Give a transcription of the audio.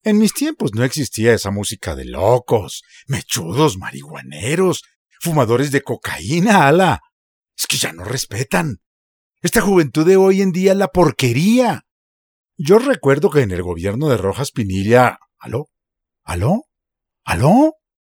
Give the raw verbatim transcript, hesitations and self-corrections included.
En mis tiempos no existía esa música de locos, mechudos, marihuaneros, fumadores de cocaína, ala. Es que ya no respetan. Esta juventud de hoy en día es la porquería. Yo recuerdo que en el gobierno de Rojas Pinilla... ¿Aló? ¿Aló? ¿Aló?